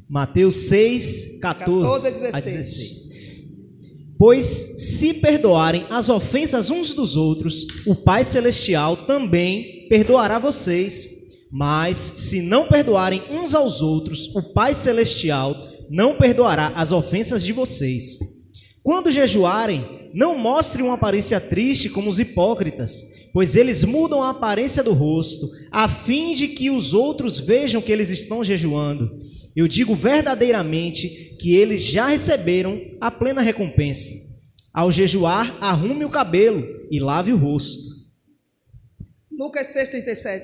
Mateus 6, 14 a 16. Pois se perdoarem as ofensas uns dos outros, o Pai Celestial também perdoará vocês. Mas se não perdoarem uns aos outros, o Pai Celestial não perdoará as ofensas de vocês. Quando jejuarem, não mostrem uma aparência triste como os hipócritas, pois eles mudam a aparência do rosto, a fim de que os outros vejam que eles estão jejuando. Eu digo verdadeiramente que eles já receberam a plena recompensa. Ao jejuar, arrume o cabelo e lave o rosto. Lucas 6,37.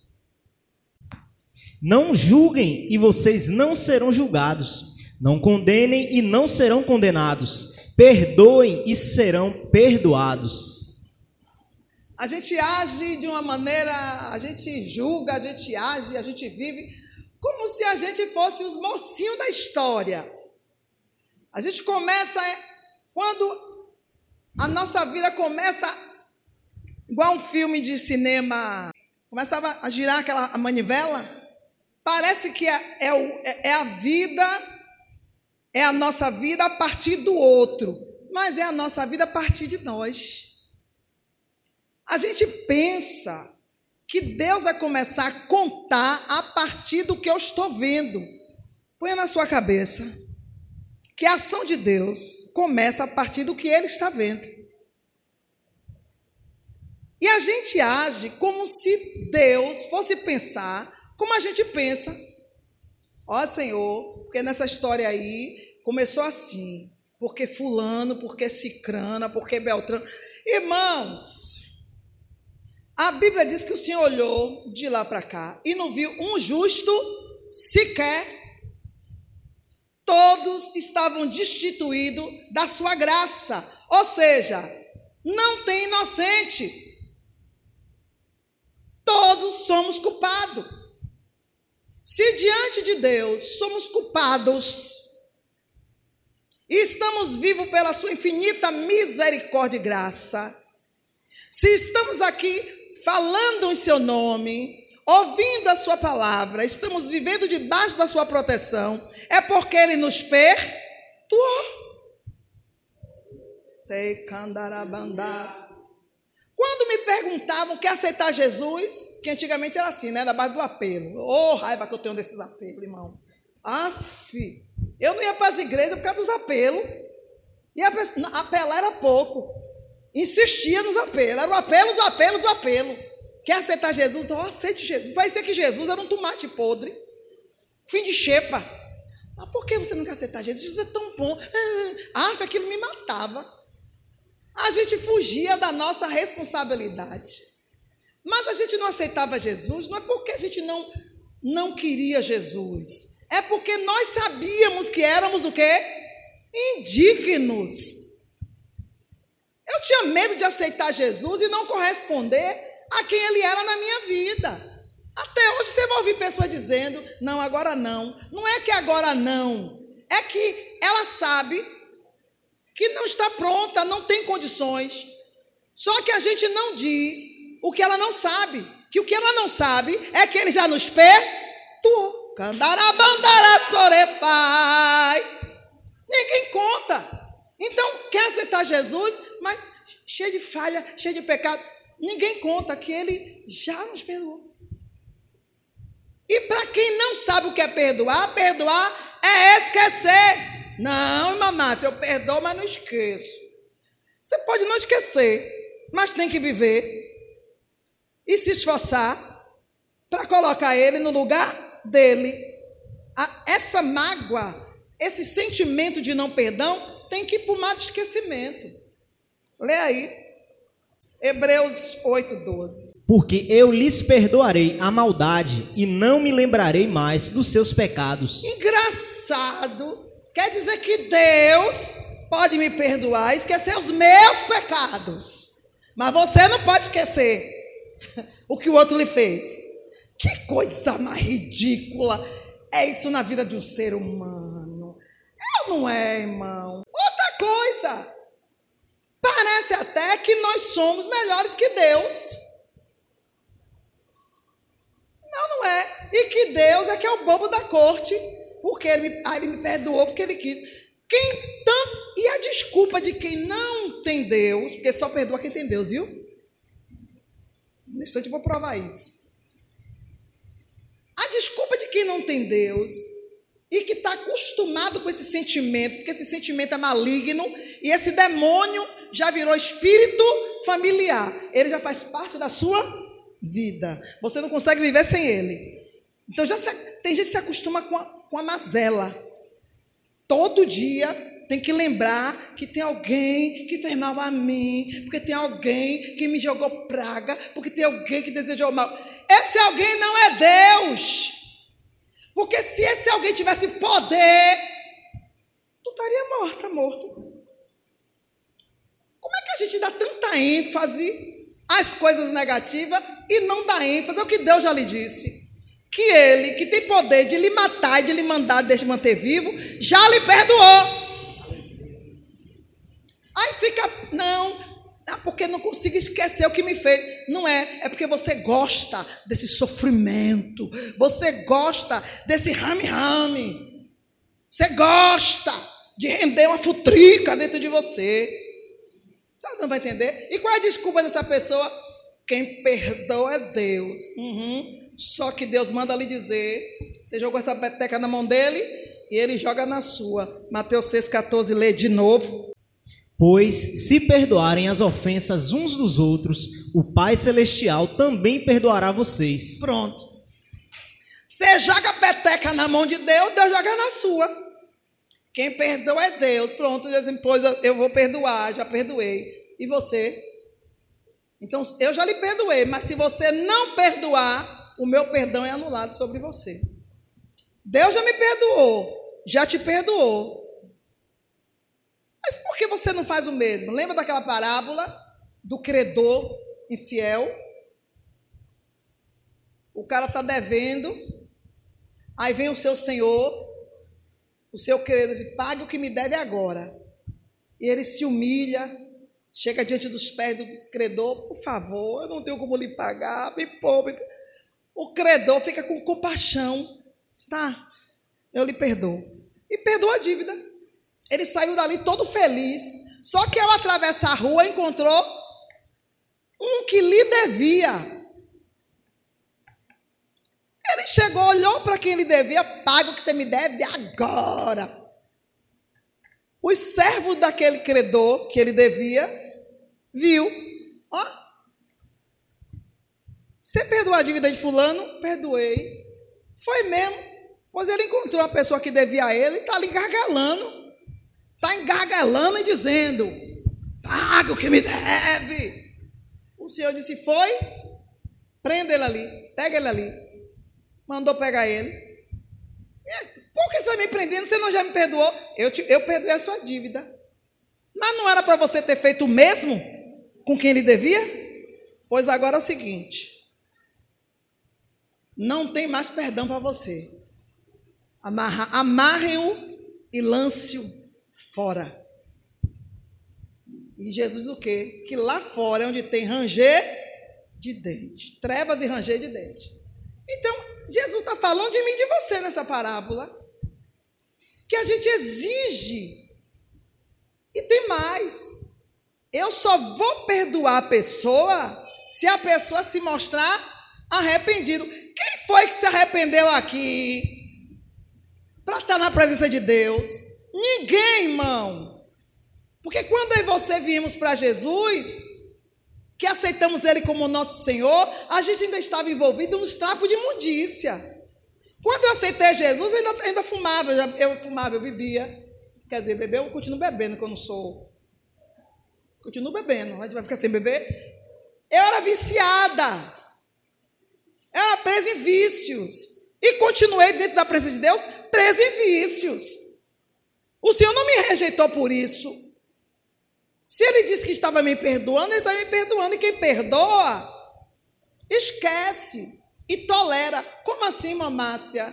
Não julguem e vocês não serão julgados. Não condenem e não serão condenados. Perdoem e serão perdoados. A gente age de uma maneira, a gente julga, a gente age, a gente vive como se a gente fosse os mocinhos da história. A gente começa, quando a nossa vida começa, igual um filme de cinema, começava a girar aquela manivela, parece que é a vida, é a nossa vida a partir do outro, mas é a nossa vida a partir de nós. A gente pensa que Deus vai começar a contar a partir do que eu estou vendo. Põe na sua cabeça que a ação de Deus começa a partir do que Ele está vendo. E a gente age como se Deus fosse pensar como a gente pensa. Ó Senhor, porque nessa história aí começou assim, porque fulano, porque cicrana, porque beltrano. Irmãos, a Bíblia diz que o Senhor olhou de lá para cá e não viu um justo sequer. Todos estavam destituídos da sua graça. Ou seja, não tem inocente. Todos somos culpados. Se diante de Deus somos culpados e estamos vivos pela sua infinita misericórdia e graça, se estamos aqui falando em seu nome, ouvindo a sua palavra, estamos vivendo debaixo da sua proteção, é porque Ele nos perdoou. Quando me perguntavam o que aceitar Jesus, que antigamente era assim, né, na base do apelo. Ô, raiva que eu tenho desses apelos, irmão. Eu não ia para as igrejas por causa dos apelos. E apelar era pouco. Insistia nos apelos. Era o apelo do apelo do apelo. Quer aceitar Jesus? Aceite Jesus. Parecia que Jesus era um tomate podre. Fim de xepa. Mas por que você não quer aceitar Jesus? Jesus é tão bom. Aquilo me matava. A gente fugia da nossa responsabilidade. Mas a gente não aceitava Jesus, não é porque a gente não queria Jesus. É porque nós sabíamos que éramos o quê? Indignos. Eu tinha medo de aceitar Jesus e não corresponder a quem Ele era na minha vida. Até hoje você vai ouvir pessoas dizendo, não, agora não. Não é que agora não. É que ela sabe que não está pronta, não tem condições. Só que a gente não diz o que ela não sabe. Que o que ela não sabe é que Ele já nos perdoou. Candarabandara sorepai. Ninguém conta. Então, quer aceitar Jesus, mas cheio de falha, cheio de pecado. Ninguém conta que Ele já nos perdoou. E para quem não sabe o que é perdoar é esquecer. Não, irmã Márcia, eu perdoo, mas não esqueço. Você pode não esquecer, mas tem que viver e se esforçar para colocar Ele no lugar dele. Essa mágoa, esse sentimento de não perdão, tem que ir para o mar de esquecimento. Lê aí, Hebreus 8:12. Porque eu lhes perdoarei a maldade e não me lembrarei mais dos seus pecados. Engraçado. Quer dizer que Deus pode me perdoar e esquecer os meus pecados. Mas você não pode esquecer o que o outro lhe fez. Que coisa mais ridícula é isso na vida de um ser humano. Não é, irmão? Outra coisa. Parece até que nós somos melhores que Deus. Não é. E que Deus é que é o bobo da corte. porque ele me perdoou porque ele quis. E a desculpa de quem não tem Deus, porque só perdoa quem tem Deus, viu? Nesse instante eu vou provar isso. A desculpa de quem não tem Deus e que está acostumado com esse sentimento, porque esse sentimento é maligno e esse demônio já virou espírito familiar. Ele já faz parte da sua vida. Você não consegue viver sem ele. Então tem gente que se acostuma com a mazela. Todo dia tem que lembrar que tem alguém que fez mal a mim, porque tem alguém que me jogou praga, porque tem alguém que desejou mal. Esse alguém não é Deus. Porque se esse alguém tivesse poder, tu estaria morto. Como é que a gente dá tanta ênfase às coisas negativas e não dá ênfase ao que Deus já lhe disse? Que ele, que tem poder de lhe matar e de lhe mandar, de lhe manter vivo, já lhe perdoou. Aí fica, porque não consigo esquecer o que me fez. Não é porque você gosta desse sofrimento, você gosta desse rame-rame, você gosta de render uma futrica dentro de você. Você não vai entender? E qual é a desculpa dessa pessoa? Quem perdoa é Deus. Só que Deus manda lhe dizer, você jogou essa peteca na mão dele e ele joga na sua. Mateus 6,14, lê de novo. Pois se perdoarem as ofensas uns dos outros, o Pai Celestial também perdoará vocês. Pronto. Você joga a peteca na mão de Deus, Deus joga na sua. Quem perdoa é Deus. Pronto, Deus diz, pois eu vou perdoar, já perdoei. E você? Então, eu já lhe perdoei, mas se você não perdoar, o meu perdão é anulado sobre você. Deus já me perdoou, já te perdoou. Mas por que você não faz o mesmo? Lembra daquela parábola do credor infiel? O cara está devendo, aí vem o seu senhor, o seu credor diz, pague o que me deve agora. E ele se humilha, chega diante dos pés do credor, por favor, eu não tenho como lhe pagar, me poupe. O credor fica com compaixão, está, eu lhe perdoo. E perdoa a dívida. Ele saiu dali todo feliz, só que ao atravessar a rua encontrou um que lhe devia. Ele chegou, olhou para quem lhe devia, paga o que você me deve agora. Os servos daquele credor que ele devia, viu, ó, você perdoou a dívida de fulano? Perdoei. Foi mesmo, pois ele encontrou a pessoa que devia a ele e está ali gargalando. Está engargalando e dizendo, paga o que me deve. O Senhor disse, foi, prenda ele ali, pega ele ali. Mandou pegar ele. Por que você está me prendendo? Você não já me perdoou? Eu perdoei a sua dívida. Mas não era para você ter feito o mesmo com quem ele devia? Pois agora é o seguinte, não tem mais perdão para você. Amarrem-o e lance-o fora. E Jesus o quê? Que lá fora é onde tem ranger de dente. Trevas e ranger de dente. Então, Jesus está falando de mim e de você nessa parábola. Que a gente exige. E tem mais. Eu só vou perdoar a pessoa se a pessoa se mostrar arrependido. Quem foi que se arrependeu aqui para estar na presença de Deus? Ninguém, irmão. Porque quando eu e você viemos para Jesus, que aceitamos Ele como nosso Senhor, a gente ainda estava envolvido nos trapos de imundícia. Quando eu aceitei Jesus, eu ainda fumava. Eu fumava, eu bebia. Quer dizer, beber, eu continuo bebendo, que eu não sou. Continuo bebendo, a gente vai ficar sem beber. Eu era viciada. Eu era presa em vícios. E continuei dentro da presença de Deus, presa em vícios. O Senhor não me rejeitou por isso. Se Ele disse que estava me perdoando, Ele está me perdoando. E quem perdoa, esquece e tolera. Como assim, mamácia?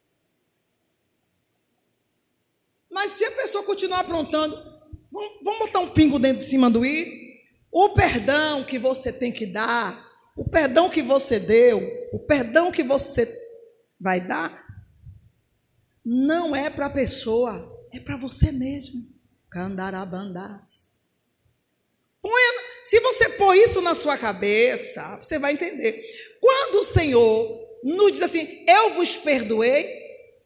Mas se a pessoa continuar aprontando, vamos botar um pingo dentro de cima do i? O perdão que você tem que dar, o perdão que você deu, o perdão que você vai dar, não é para a pessoa, é para você mesmo. Candarabandás. Se você pôr isso na sua cabeça, você vai entender. Quando o Senhor nos diz assim, eu vos perdoei,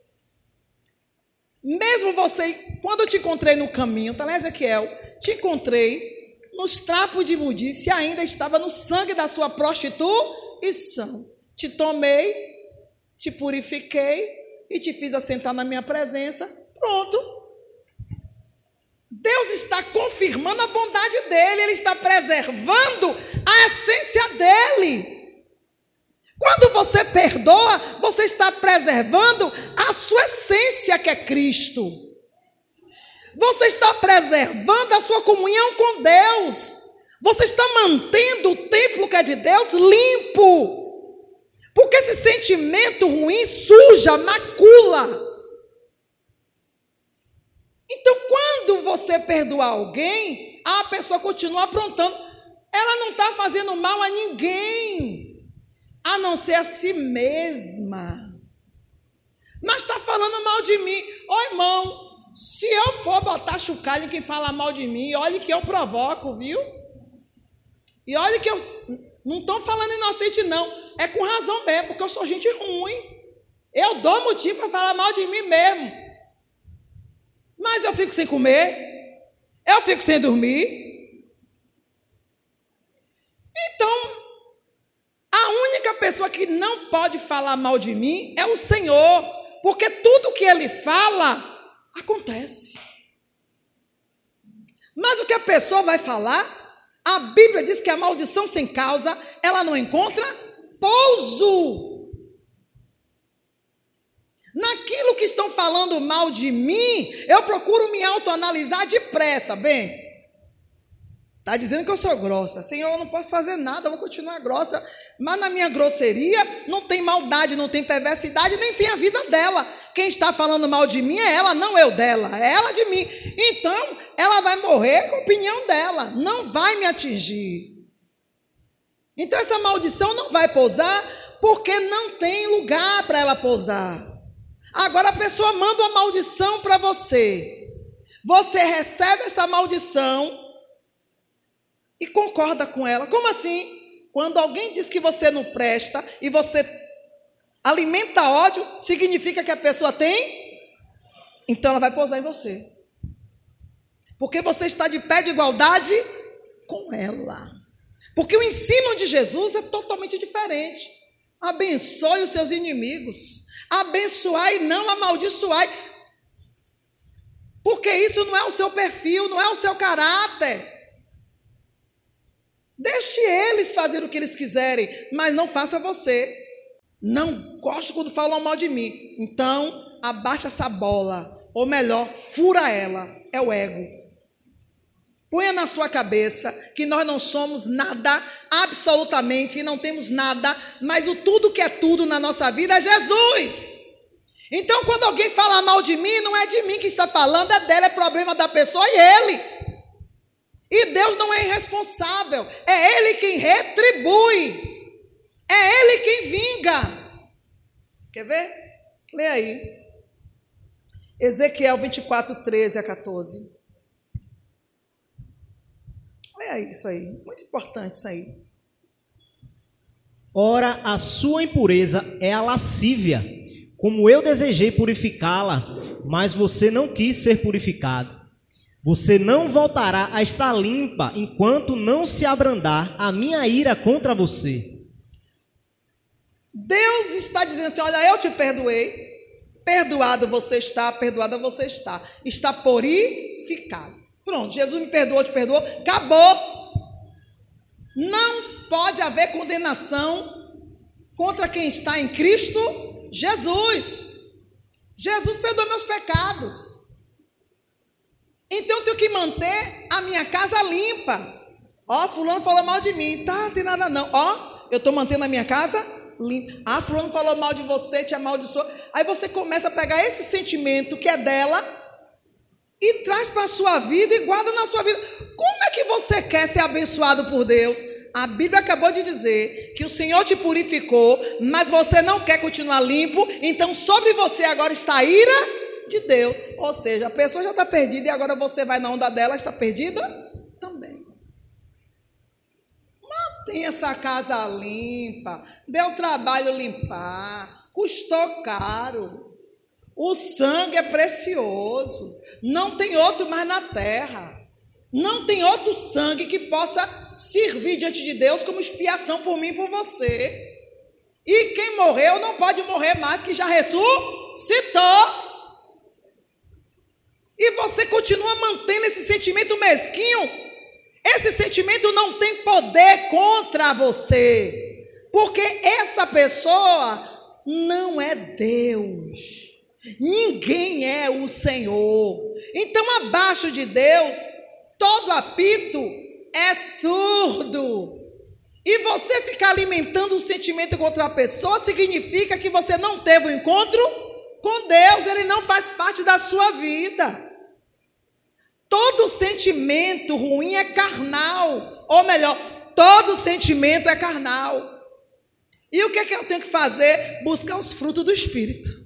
mesmo você, quando eu te encontrei no caminho, tá lá, Ezequiel, te encontrei nos trapos de imundícia, ainda estava no sangue da sua prostituição. Te tomei, te purifiquei e te fiz assentar na minha presença. Pronto. Deus está confirmando a bondade dele, ele está preservando a essência dele. Quando você perdoa, você está preservando a sua essência, que é Cristo. Você está preservando a sua comunhão com Deus. Você está mantendo o templo que é de Deus limpo. Porque esse sentimento ruim suja, macula. Então, quando você perdoar alguém, a pessoa continua aprontando. Ela não está fazendo mal a ninguém, a não ser a si mesma. Mas está falando mal de mim. Ô irmão, se eu for botar chocalho em quem fala mal de mim, olhe que eu provoco, viu? E olhe que eu não estou falando inocente, não. É com razão mesmo, porque eu sou gente ruim. Eu dou motivo para falar mal de mim mesmo. Mas eu fico sem comer, eu fico sem dormir. Então, a única pessoa que não pode falar mal de mim é o Senhor, porque tudo que Ele fala, acontece. Mas o que a pessoa vai falar, a Bíblia diz que a maldição sem causa, ela não encontra pouso. Naquilo que estão falando mal de mim, eu procuro me autoanalisar depressa. Bem, está dizendo que eu sou grossa. Senhor, eu não posso fazer nada, eu vou continuar grossa. Mas na minha grosseria não tem maldade, não tem perversidade, nem tem a vida dela. Quem está falando mal de mim é ela, não eu dela. É ela de mim. Então, ela vai morrer com a opinião dela. Não vai me atingir. Então, essa maldição não vai pousar, porque não tem lugar para ela pousar. Agora a pessoa manda uma maldição para você. Você recebe essa maldição e concorda com ela. Como assim? Quando alguém diz que você não presta e você alimenta ódio, significa que a pessoa tem? Então ela vai pousar em você. Porque você está de pé de igualdade com ela. Porque o ensino de Jesus é totalmente diferente. Abençoe os seus inimigos. Abençoai e não amaldiçoai. Porque isso não é o seu perfil, não é o seu caráter. Deixe eles fazer o que eles quiserem, mas não faça você. Não gosto quando falam mal de mim. Então, abaixa essa bola. Ou melhor, fura ela. É o ego. Ponha na sua cabeça que nós não somos nada, absolutamente, e não temos nada, mas o tudo que é tudo na nossa vida é Jesus. Então, quando alguém fala mal de mim, não é de mim que está falando, é dela, é problema da pessoa e ele. E Deus não é irresponsável, é Ele quem retribui, é Ele quem vinga. Quer ver? Lê aí. Ezequiel 24, 13 a 14. É isso aí, muito importante isso aí. Ora, a sua impureza é a lascívia, como eu desejei purificá-la, mas você não quis ser purificado. Você não voltará a estar limpa enquanto não se abrandar a minha ira contra você. Deus está dizendo assim, olha, eu te perdoei, perdoado você está, perdoada você está. Está purificado. Pronto, Jesus me perdoou, te perdoou, acabou. Não pode haver condenação contra quem está em Cristo Jesus. Jesus perdoou meus pecados. Então eu tenho que manter a minha casa limpa. Ó, fulano falou mal de mim. Tá, não tem nada não. Ó, eu estou mantendo a minha casa limpa. Ah, fulano falou mal de você, te amaldiçoou. Aí você começa a pegar esse sentimento que é dela e traz para a sua vida e guarda na sua vida. Como é que você quer ser abençoado por Deus? A Bíblia acabou de dizer que o Senhor te purificou, mas você não quer continuar limpo, então sobre você agora está a ira de Deus. Ou seja, a pessoa já está perdida e agora você vai na onda dela, está perdida também. Mantenha essa casa limpa, deu trabalho limpar, custou caro. O sangue é precioso, não tem outro mais na terra. Não tem outro sangue que possa servir diante de Deus como expiação por mim e por você. E quem morreu não pode morrer mais, que já ressuscitou. E você continua mantendo esse sentimento mesquinho. Esse sentimento não tem poder contra você. Porque essa pessoa não é Deus. Ninguém é o Senhor. Então, abaixo de Deus, todo apito é surdo. E você ficar alimentando um sentimento contra a pessoa significa que você não teve um encontro com Deus. Ele não faz parte da sua vida. Todo sentimento ruim é carnal. Ou melhor, todo sentimento é carnal. E o que é que eu tenho que fazer? Buscar os frutos do Espírito.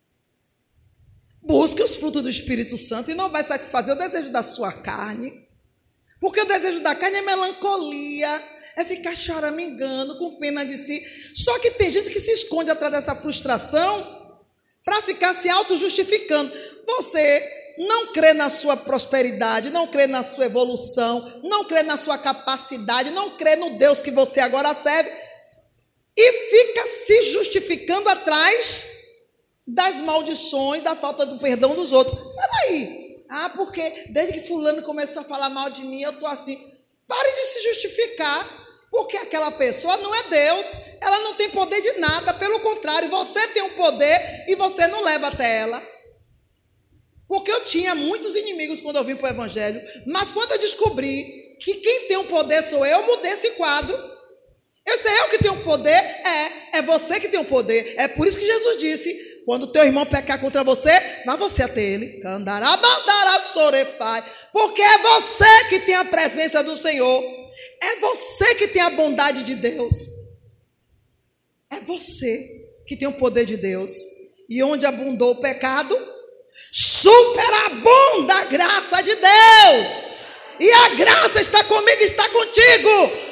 Busque os frutos do Espírito Santo e não vai satisfazer o desejo da sua carne. Porque o desejo da carne é melancolia, é ficar choramingando, com pena de si. Só que tem gente que se esconde atrás dessa frustração para ficar se auto-justificando. Você não crê na sua prosperidade, não crê na sua evolução, não crê na sua capacidade, não crê no Deus que você agora serve e fica se justificando atrás das maldições, da falta do perdão dos outros. Peraí. Porque desde que fulano começou a falar mal de mim, eu estou assim. Pare de se justificar, porque aquela pessoa não é Deus, ela não tem poder de nada, pelo contrário, você tem um poder e você não leva até ela. Porque eu tinha muitos inimigos quando eu vim para o Evangelho, mas quando eu descobri que quem tem o poder sou eu mudei esse quadro. Eu sei eu que tenho o poder, é você que tem o poder. É por isso que Jesus disse: quando o teu irmão pecar contra você, vá você até ele. Porque é você que tem a presença do Senhor. É você que tem a bondade de Deus. É você que tem o poder de Deus. E onde abundou o pecado, superabunda a graça de Deus. E a graça está comigo, está contigo.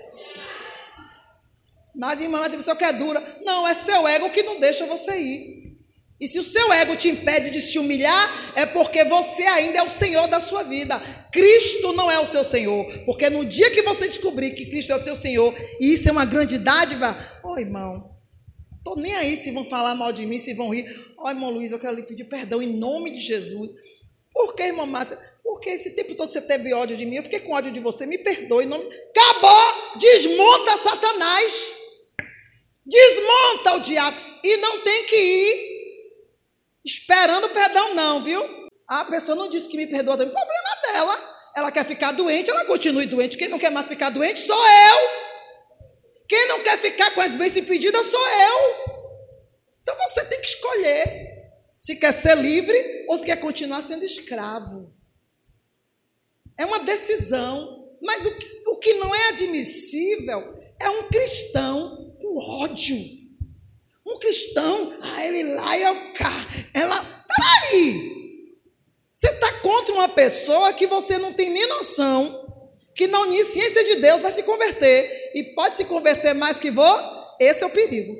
Mas, irmã, a pessoa que é dura. Não, é seu ego que não deixa você ir. E se o seu ego te impede de se humilhar, é porque você ainda é o Senhor da sua vida. Cristo não é o seu Senhor. Porque no dia que você descobrir que Cristo é o seu Senhor, e isso é uma grande dádiva, irmão, estou nem aí se vão falar mal de mim, se vão rir. Irmão Luiz, eu quero lhe pedir perdão em nome de Jesus. Por que, irmã Márcia? Porque esse tempo todo você teve ódio de mim, eu fiquei com ódio de você, me perdoe. Acabou, desmonta Satanás. Desmonta o diabo. E não tem que ir esperando perdão não, viu? A pessoa não disse que me perdoa, não é problema dela. Ela quer ficar doente, ela continue doente. Quem não quer mais ficar doente sou eu. Quem não quer ficar com as bênçãos impedidas sou eu. Então você tem que escolher se quer ser livre ou se quer continuar sendo escravo. É uma decisão. Mas o que não é admissível é um cristão com ódio. Um cristão, ele lá e eu cá. Peraí. Você está contra uma pessoa que você não tem nem noção, que na onisciência de Deus vai se converter. E pode se converter mais que esse é o perigo.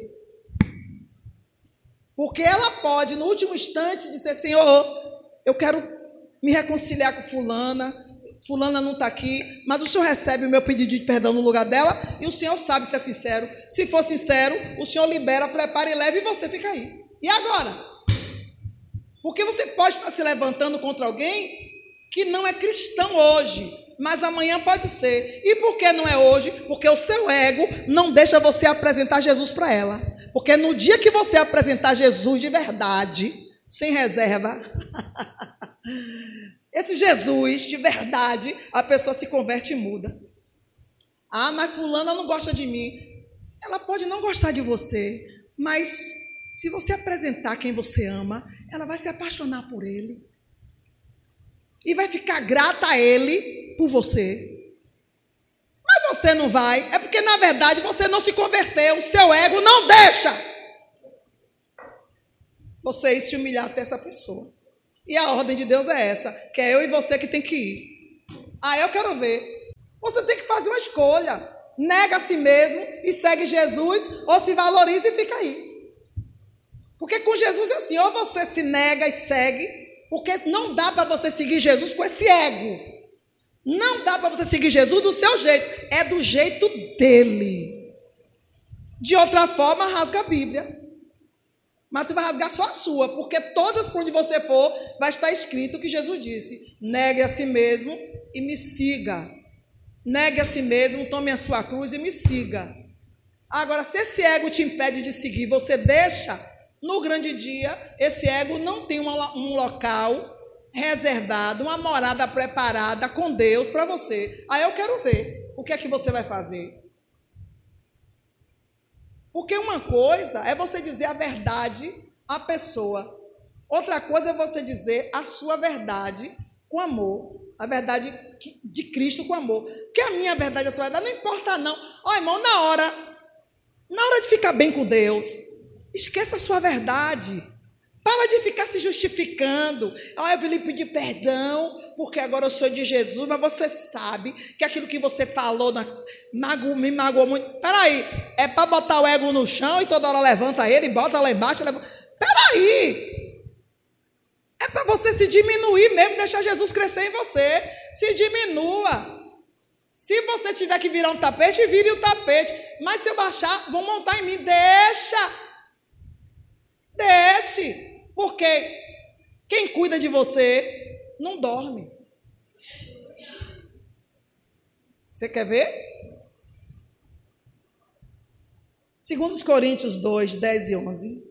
Porque ela pode, no último instante, dizer: Senhor, eu quero me reconciliar com fulana não está aqui, mas o Senhor recebe o meu pedido de perdão no lugar dela, e o Senhor sabe se é sincero. Se for sincero, o Senhor libera, prepara e leva, e você fica aí. E agora? Porque você pode estar se levantando contra alguém que não é cristão hoje, mas amanhã pode ser. E por que não é hoje? Porque o seu ego não deixa você apresentar Jesus para ela. Porque no dia que você apresentar Jesus de verdade, sem reserva, esse Jesus de verdade, a pessoa se converte e muda. Mas fulana não gosta de mim. Ela pode não gostar de você, mas se você apresentar quem você ama, ela vai se apaixonar por ele. E vai ficar grata a ele por você. Mas você não vai, é porque, na verdade, você não se converteu. O seu ego não deixa você ir se humilhar até essa pessoa. E a ordem de Deus é essa, que é eu e você que tem que ir. Eu quero ver. Você tem que fazer uma escolha. Nega a si mesmo e segue Jesus, ou se valoriza e fica aí. Porque com Jesus é assim, ou você se nega e segue, porque não dá para você seguir Jesus com esse ego. Não dá para você seguir Jesus do seu jeito, é do jeito dele. De outra forma, rasga a Bíblia. Mas tu vai rasgar só a sua, porque todas por onde você for, vai estar escrito o que Jesus disse. Negue a si mesmo e me siga. Negue a si mesmo, tome a sua cruz e me siga. Agora, se esse ego te impede de seguir, você deixa, no grande dia, esse ego não tem um local reservado, uma morada preparada com Deus para você. Eu quero ver o que é que você vai fazer. Porque uma coisa é você dizer a verdade à pessoa. Outra coisa é você dizer a sua verdade com amor. A verdade de Cristo com amor. Porque a minha verdade, a sua verdade, não importa não. Irmão, na hora de ficar bem com Deus, esqueça a sua verdade. Para de ficar se justificando. Eu vim lhe pedir perdão, porque agora eu sou de Jesus, mas você sabe que aquilo que você falou me magoou muito. Peraí, é para botar o ego no chão e toda hora levanta ele, bota lá embaixo. Peraí. É para você se diminuir mesmo, deixar Jesus crescer em você. Se diminua. Se você tiver que virar um tapete, vire o tapete. Mas se eu baixar, vão montar em mim. Deixe. Porque quem cuida de você não dorme. Você quer ver? 2 Coríntios 2, 10 e 11.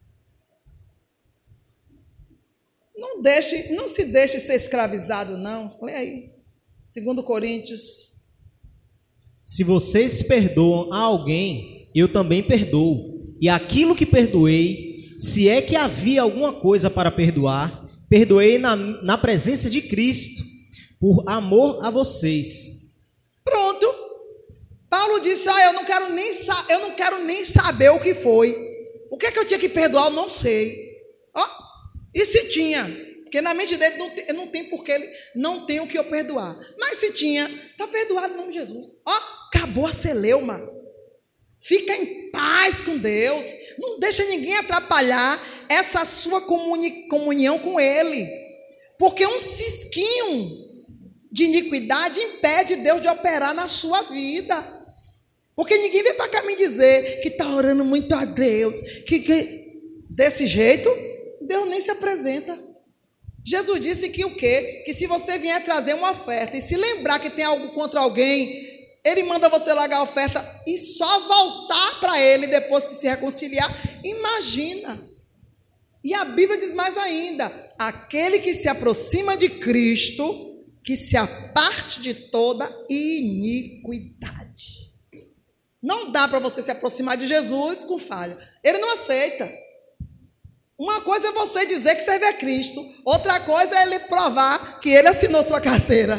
Não se deixe ser escravizado, não. Lê aí. 2 Coríntios. Se vocês perdoam a alguém, eu também perdoo. E aquilo que perdoei, se é que havia alguma coisa para perdoar, perdoei na presença de Cristo, por amor a vocês. Pronto. Paulo disse, eu não quero nem saber o que foi. O que é que eu tinha que perdoar, eu não sei. E se tinha? Porque na mente dele não tem porque ele não tem o que eu perdoar. Mas se tinha, está perdoado em nome de Jesus. Acabou a celeuma. Fica em paz com Deus. Não deixa ninguém atrapalhar essa sua comunhão com Ele. Porque um cisquinho de iniquidade impede Deus de operar na sua vida. Porque ninguém vem para cá me dizer que está orando muito a Deus. Que desse jeito, Deus nem se apresenta. Jesus disse que o quê? Que se você vier trazer uma oferta e se lembrar que tem algo contra alguém, Ele manda você largar a oferta e só voltar para Ele depois que se reconciliar. Imagina. E a Bíblia diz mais ainda, aquele que se aproxima de Cristo, que se aparte de toda iniquidade. Não dá para você se aproximar de Jesus com falha. Ele não aceita. Uma coisa é você dizer que serve a Cristo, outra coisa é Ele provar que Ele assinou sua carteira.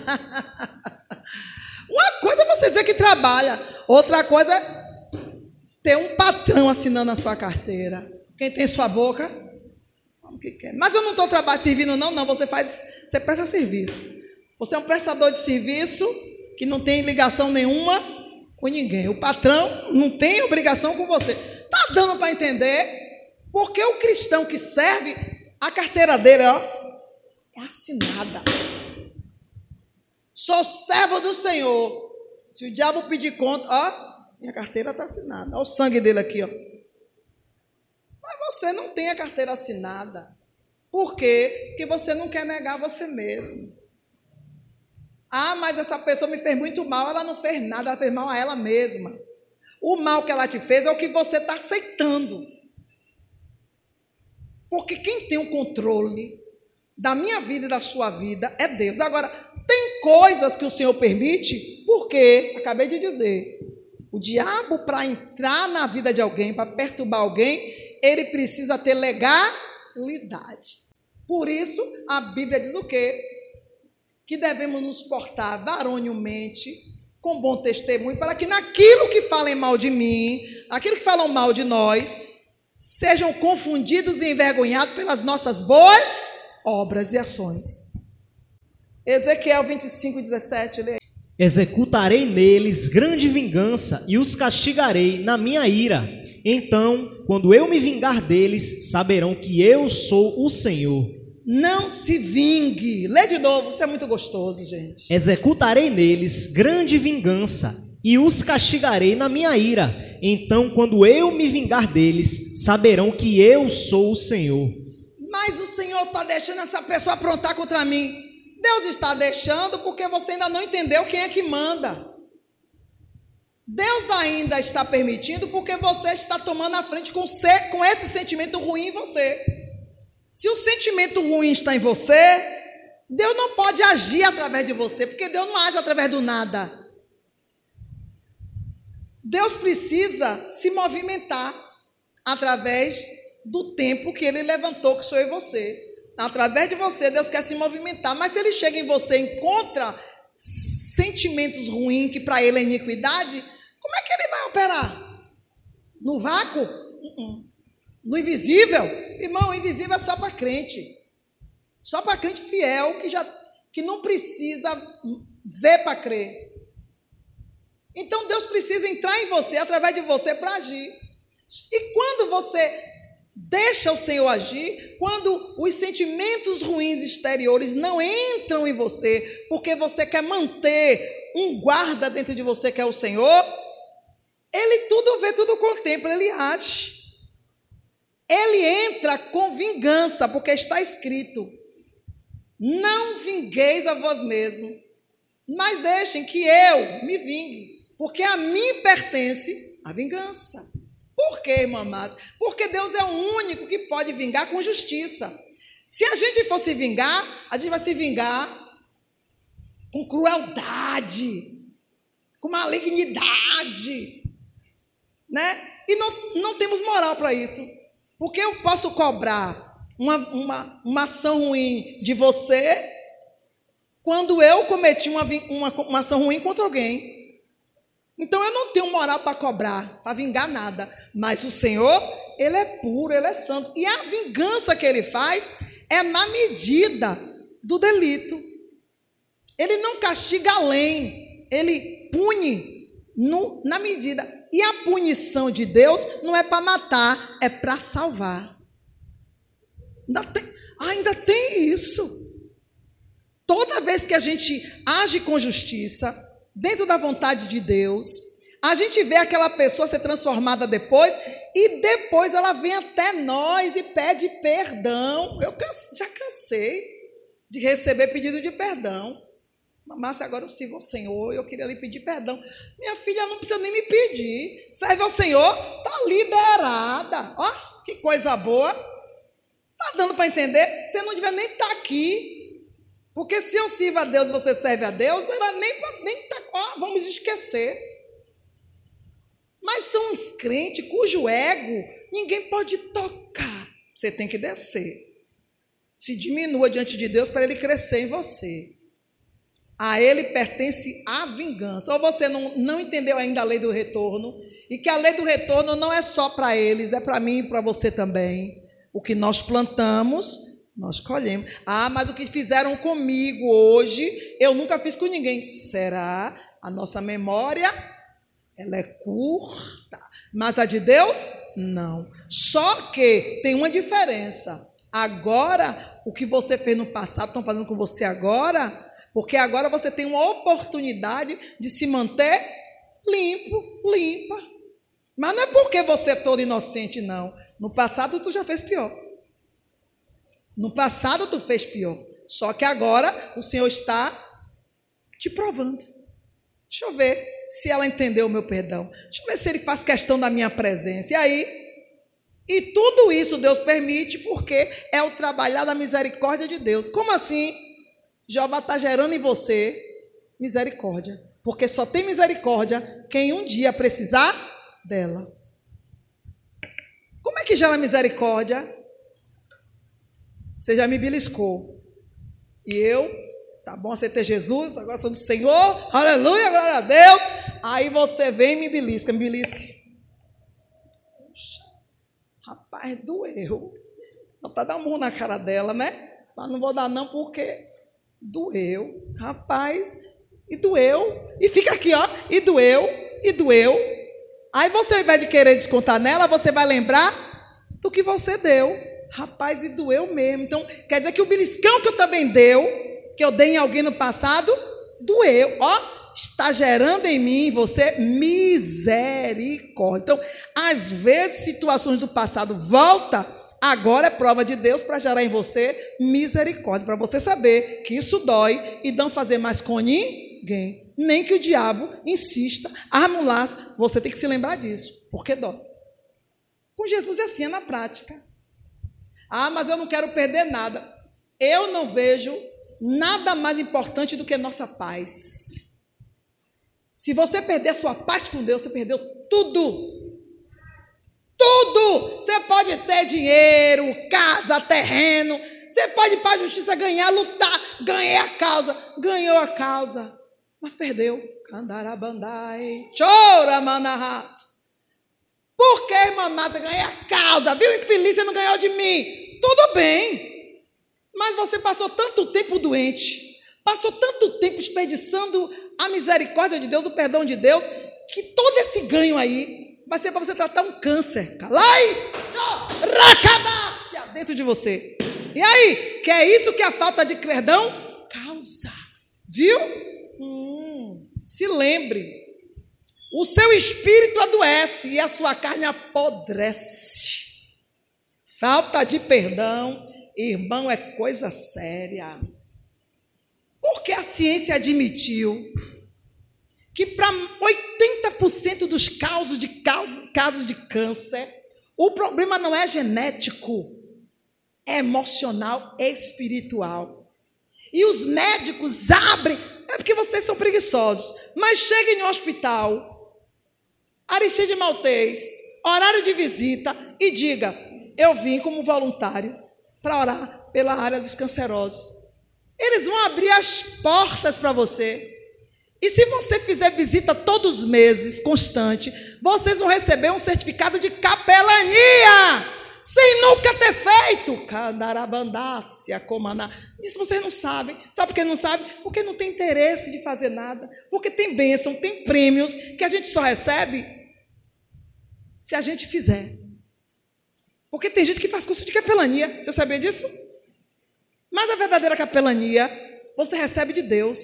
Uma coisa é você dizer que trabalha, outra coisa é ter um patrão assinando a sua carteira. Quem tem sua boca, como que quer. Mas eu não estou servindo, não, você presta serviço. Você é um prestador de serviço que não tem ligação nenhuma com ninguém. O patrão não tem obrigação com você. Está dando para entender? Porque o cristão que serve, a carteira dele é assinada. Sou servo do Senhor. Se o diabo pedir conta, minha carteira está assinada. Olha o sangue dele aqui, Mas você não tem a carteira assinada. Por quê? Porque você não quer negar você mesmo. Mas essa pessoa me fez muito mal. Ela não fez nada, ela fez mal a ela mesma. O mal que ela te fez é o que você está aceitando. Porque quem tem o controle da minha vida e da sua vida é Deus. Agora, tem coisas que o Senhor permite, porque, acabei de dizer, o diabo, para entrar na vida de alguém, para perturbar alguém, ele precisa ter legalidade. Por isso, a Bíblia diz o quê? Que devemos nos portar varonilmente, com bom testemunho, para que naquilo que falem mal de mim, aquilo que falam mal de nós, sejam confundidos e envergonhados pelas nossas boas obras e ações. Ezequiel 25:17, lê. Executarei neles grande vingança e os castigarei na minha ira. Então, quando eu me vingar deles, saberão que eu sou o Senhor. Não se vingue. Lê de novo, isso é muito gostoso, gente. Executarei neles grande vingança e os castigarei na minha ira. Então, quando eu me vingar deles, saberão que eu sou o Senhor. Mas o Senhor está deixando essa pessoa aprontar contra mim. Deus está deixando porque você ainda não entendeu quem é que manda. Deus ainda está permitindo porque você está tomando a frente com esse sentimento ruim em você. Se o sentimento ruim está em você, Deus não pode agir através de você, porque Deus não age através do nada. Deus precisa se movimentar através do tempo que Ele levantou, que sou eu e você. Através de você, Deus quer se movimentar. Mas se Ele chega em você e encontra sentimentos ruins, que para Ele é iniquidade, como é que Ele vai operar? No vácuo? No invisível? Irmão, o invisível é só para crente. Só para crente fiel, que não precisa ver para crer. Então Deus precisa entrar em você, através de você, para agir. E quando você deixa o Senhor agir, quando os sentimentos ruins exteriores não entram em você, porque você quer manter um guarda dentro de você, que é o Senhor, Ele tudo vê, tudo contempla, Ele age. Ele entra com vingança, porque está escrito: não vingueis a vós mesmos, mas deixem que eu me vingue, porque a mim pertence a vingança. Por quê, irmã Márcia? Porque Deus é o único que pode vingar com justiça. Se a gente for se vingar, a gente vai se vingar com crueldade, com malignidade, né? E não temos moral para isso. Porque eu posso cobrar uma ação ruim de você quando eu cometi uma ação ruim contra alguém. Então eu não tenho moral para cobrar, para vingar nada. Mas o Senhor, Ele é puro, Ele é santo. E a vingança que Ele faz é na medida do delito. Ele não castiga além, Ele pune na medida. E a punição de Deus não é para matar, é para salvar. Ainda tem isso. Toda vez que a gente age com justiça, dentro da vontade de Deus, a gente vê aquela pessoa ser transformada depois, e depois ela vem até nós e pede perdão. Eu já cansei de receber pedido de perdão. Márcia, agora eu sirvo ao Senhor, eu queria lhe pedir perdão. Minha filha não precisa nem me pedir. Serve ao Senhor, está liberada. Ó, que coisa boa. Está dando para entender? Você não devia nem estar aqui. Porque se eu sirvo a Deus e você serve a Deus, não era nem estar. Ó, vamos esquecer. Mas são os crentes cujo ego ninguém pode tocar. Você tem que descer. Se diminua diante de Deus para Ele crescer em você. A Ele pertence a vingança. Ou você não entendeu ainda a lei do retorno, e que a lei do retorno não é só para eles, é para mim e para você também. O que nós plantamos, nós colhemos. Ah, mas o que fizeram comigo hoje, eu nunca fiz com ninguém. Será? A nossa memória, ela é curta. Mas a de Deus, não. Só que tem uma diferença. Agora, o que você fez no passado, estão fazendo com você agora. Porque agora você tem uma oportunidade de se manter limpa. Mas não é porque você é todo inocente, não. No passado tu já fez pior. No passado tu fez pior. Só que agora o Senhor está te provando. Deixa eu ver se ela entendeu o meu perdão. Deixa eu ver se Ele faz questão da minha presença. E aí? E tudo isso Deus permite porque é o trabalhar da misericórdia de Deus. Como assim? Jeová está gerando em você misericórdia, porque só tem misericórdia quem um dia precisar dela. Como é que gera misericórdia? Você já me beliscou, e eu Tá bom, aceitei Jesus, agora sou do Senhor, aleluia, glória a Deus. Aí você vem e me belisca. Puxa, rapaz, doeu. Não tá dando um murro na cara dela, né? Mas não vou dar não, porque doeu, rapaz, e doeu. E fica aqui, ó, e doeu. Aí você, ao invés de querer descontar nela, você vai lembrar do que você deu. Rapaz, e doeu mesmo. Então, quer dizer que o beliscão que eu também que eu dei em alguém no passado, doeu. Ó, está gerando em mim, em você, misericórdia. Então, às vezes, situações do passado voltam, agora é prova de Deus para gerar em você misericórdia, para você saber que isso dói e não fazer mais com ninguém. Nem que o diabo insista, arma um laço, você tem que se lembrar disso, porque dói. Com Jesus é assim, é na prática. Ah, mas eu não quero perder nada. Eu não vejo nada mais importante do que nossa paz. Se você perder sua paz com Deus, você perdeu tudo. Tudo! Você pode ter dinheiro, casa, terreno. Você pode ir para a justiça ganhar, lutar. Ganhei a causa. Ganhou a causa. Mas perdeu. Candarabandai. Chora, manahat. Por que, irmã Márcia, ganhei a causa? Viu, infeliz, você não ganhou de mim. Tudo bem. Mas você passou tanto tempo doente. Passou tanto tempo desperdiçando a misericórdia de Deus, o perdão de Deus, que todo esse ganho aí vai ser para você tratar um câncer. Calai, racadácia dentro de você. E aí, que é isso que a falta de perdão causa. Viu? Se lembre. O seu espírito adoece e a sua carne apodrece. Falta de perdão, irmão, é coisa séria. Porque a ciência admitiu que para 80% dos casos de câncer, o problema não é genético, é emocional, é espiritual. E os médicos abrem, é porque vocês são preguiçosos, mas cheguem no hospital, Aristide Maltês, horário de visita, e diga, eu vim como voluntário para orar pela área dos cancerosos. Eles vão abrir as portas para você. E se você fizer visita todos os meses, constante, vocês vão receber um certificado de capelania, sem nunca ter feito. Candarabandácia, comaná. Isso vocês não sabem. Sabe por que não sabem? Porque não tem interesse de fazer nada. Porque tem bênção, tem prêmios que a gente só recebe se a gente fizer. Porque tem gente que faz curso de capelania. Você sabia disso? Mas a verdadeira capelania você recebe de Deus.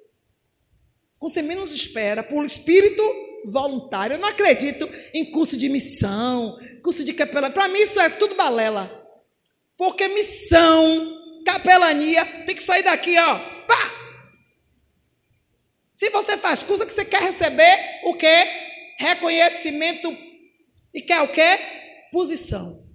Quando você menos espera, por espírito voluntário. Eu não acredito em curso de missão, curso de capelania. Para mim isso é tudo balela. Porque missão, capelania, tem que sair daqui, ó. Pá! Se você faz curso, que você quer receber o quê? Reconhecimento. E quer o quê? Posição.